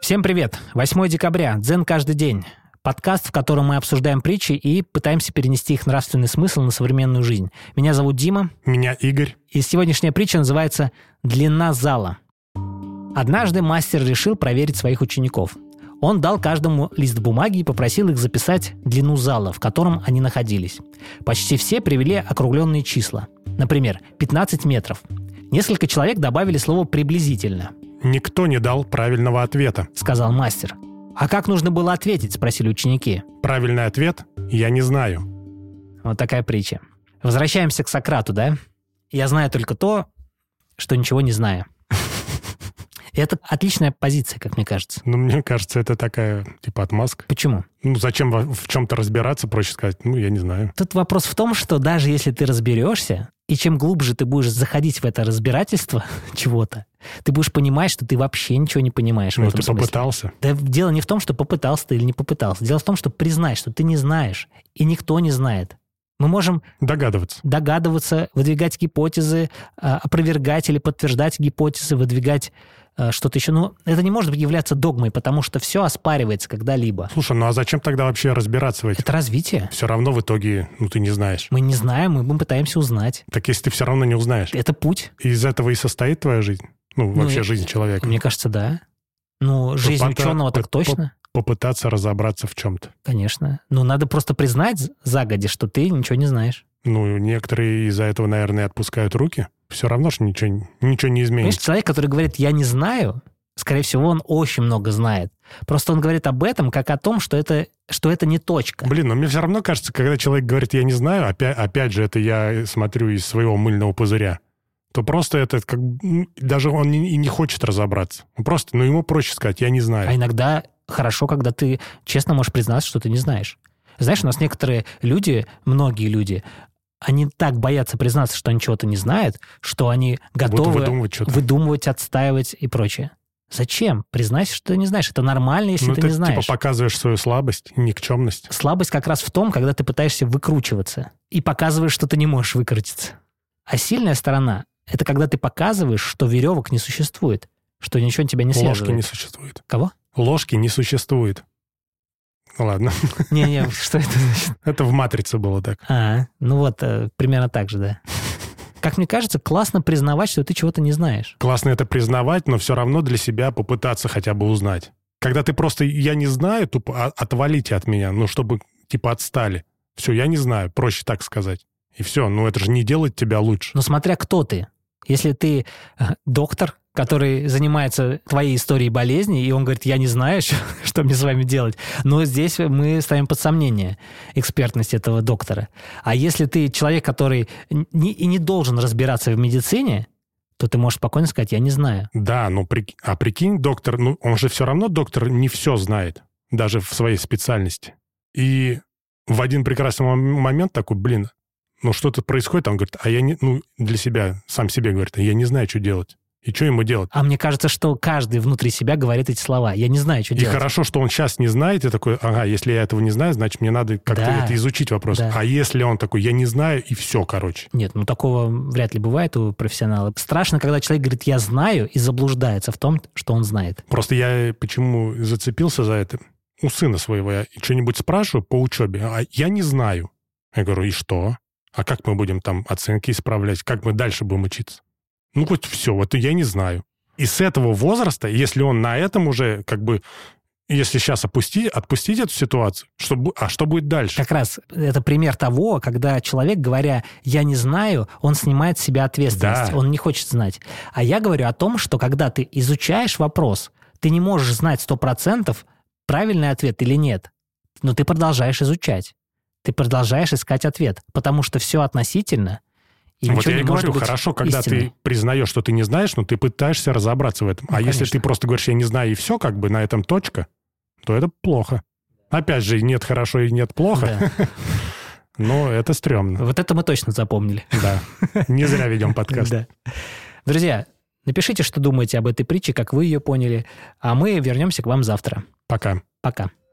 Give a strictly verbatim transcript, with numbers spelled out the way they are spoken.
Всем привет! восьмое декабря. Дзен каждый день. Подкаст, в котором мы обсуждаем притчи и пытаемся перенести их нравственный смысл на современную жизнь. Меня зовут Дима. Меня Игорь. И сегодняшняя притча называется «Длина зала». Однажды мастер решил проверить своих учеников. Он дал каждому лист бумаги и попросил их записать длину зала, в котором они находились. Почти все привели округленные числа. Например, пятнадцать метров. Несколько человек добавили слово «приблизительно». «Никто не дал правильного ответа», — сказал мастер. «А как нужно было ответить?» — спросили ученики. «Правильный ответ я не знаю». Вот такая притча. Возвращаемся к Сократу, да? Я знаю только то, что ничего не знаю. И это отличная позиция, как мне кажется. Ну, мне кажется, это такая, типа, отмазка. Почему? Ну, зачем в, в чем-то разбираться, проще сказать, ну, я не знаю. Тут вопрос в том, что даже если ты разберешься, и чем глубже ты будешь заходить в это разбирательство чего-то, ты будешь понимать, что ты вообще ничего не понимаешь. Ну, в этом ты смысле. попытался. Да, дело не в том, что попытался ты или не попытался. Дело в том, что признай, что ты не знаешь, и никто не знает. Мы можем догадываться, догадываться, выдвигать гипотезы, опровергать или подтверждать гипотезы, выдвигать что-то еще. Но это не может являться догмой, потому что все оспаривается когда-либо. Слушай, ну а зачем тогда вообще разбираться в этих? Это развитие. Все равно в итоге, ну, ты не знаешь. Мы не знаем, мы пытаемся узнать. Так если ты все равно не узнаешь. Это путь. И из этого и состоит твоя жизнь? Ну, ну вообще и, жизнь человека. Мне кажется, да. Ну, жизнь Попыта... ученого так точно. Попытаться разобраться в чем-то. Конечно. Ну, надо просто признать загоди, что ты ничего не знаешь. Ну, некоторые из-за этого, наверное, отпускают руки. Все равно же ничего, ничего не изменится. Понимаешь, человек, который говорит «я не знаю», скорее всего, он очень много знает. Просто он говорит об этом как о том, что это, что это не точка. Блин, но мне все равно кажется, когда человек говорит «я не знаю», опять, опять же, это я смотрю из своего мыльного пузыря, то просто это как... Даже он и не, не хочет разобраться. Он просто, ну, ему проще сказать «я не знаю». А иногда хорошо, когда ты честно можешь признаться, что ты не знаешь. Знаешь, у нас некоторые люди, многие люди, они так боятся признаться, что они чего-то не знают, что они готовы выдумывать, выдумывать, отстаивать и прочее. Зачем? Признайся, что ты не знаешь. Это нормально, если ну, ты, ты не знаешь. Ну, ты типа показываешь свою слабость, никчемность. Слабость как раз в том, когда ты пытаешься выкручиваться и показываешь, что ты не можешь выкрутиться. А сильная сторона – это когда ты показываешь, что веревок не существует, что ничего тебя не связывает. Ложки не существует. Кого? Ложки не существует. Ладно. Не-не, что это значит? Это в «Матрице» было так. А, ну вот, примерно так же, да. Как мне кажется, классно признавать, что ты чего-то не знаешь. Классно это признавать, но все равно для себя попытаться хотя бы узнать. Когда ты просто «я не знаю», тупо отвалите от меня, ну, чтобы, типа, отстали. Все, я не знаю, проще так сказать. И все, ну, это же не делает тебя лучше. Но смотря кто ты. Если ты доктор, который занимается твоей историей болезни, и он говорит, я не знаю, что, что мне с вами делать. Но здесь мы ставим под сомнение экспертность этого доктора. А если ты человек, который не, и не должен разбираться в медицине, то ты можешь спокойно сказать, я не знаю. Да, ну, при, а прикинь, доктор, ну, он же все равно, доктор, не все знает, даже в своей специальности. И в один прекрасный момент такой, блин, ну, что-то происходит, он говорит, а я не, ну, для себя, сам себе говорит, а я не знаю, что делать. И что ему делать? А мне кажется, что каждый внутри себя говорит эти слова. Я не знаю, что и делать. И хорошо, что он сейчас не знает, и такой, ага, если я этого не знаю, значит, мне надо как-то да, это изучить вопрос. Да. А если он такой, я не знаю, и все, короче. Нет, ну такого вряд ли бывает у профессионала. Страшно, когда человек говорит, я знаю, и заблуждается в том, что он знает. Просто я почему зацепился за это? У сына своего я что-нибудь спрашиваю по учебе, а я не знаю. Я говорю, и что? А как мы будем там оценки исправлять? Как мы дальше будем учиться? Ну, вот все, вот я не знаю. И с этого возраста, если он на этом уже, как бы, если сейчас опусти, отпустить эту ситуацию, что, а что будет дальше? Как раз это пример того, когда человек, говоря «я не знаю», он снимает с себя ответственность, да. Он не хочет знать. А я говорю о том, что когда ты изучаешь вопрос, ты не можешь знать сто процентов правильный ответ или нет, но ты продолжаешь изучать. Ты продолжаешь искать ответ, потому что все относительно, и вот ничего я не и может говорю, быть хорошо, когда истинной. Ты признаешь, что ты не знаешь, но ты пытаешься разобраться в этом. Ну, а конечно. Если ты просто говоришь, я не знаю, и все, как бы на этом точка, то это плохо. Опять же, нет хорошо и нет плохо, да. Но это стрёмно. Вот это мы точно запомнили. Да, не зря ведем подкаст. Да. Друзья, напишите, что думаете об этой притче, как вы ее поняли, а мы вернемся к вам завтра. Пока. Пока.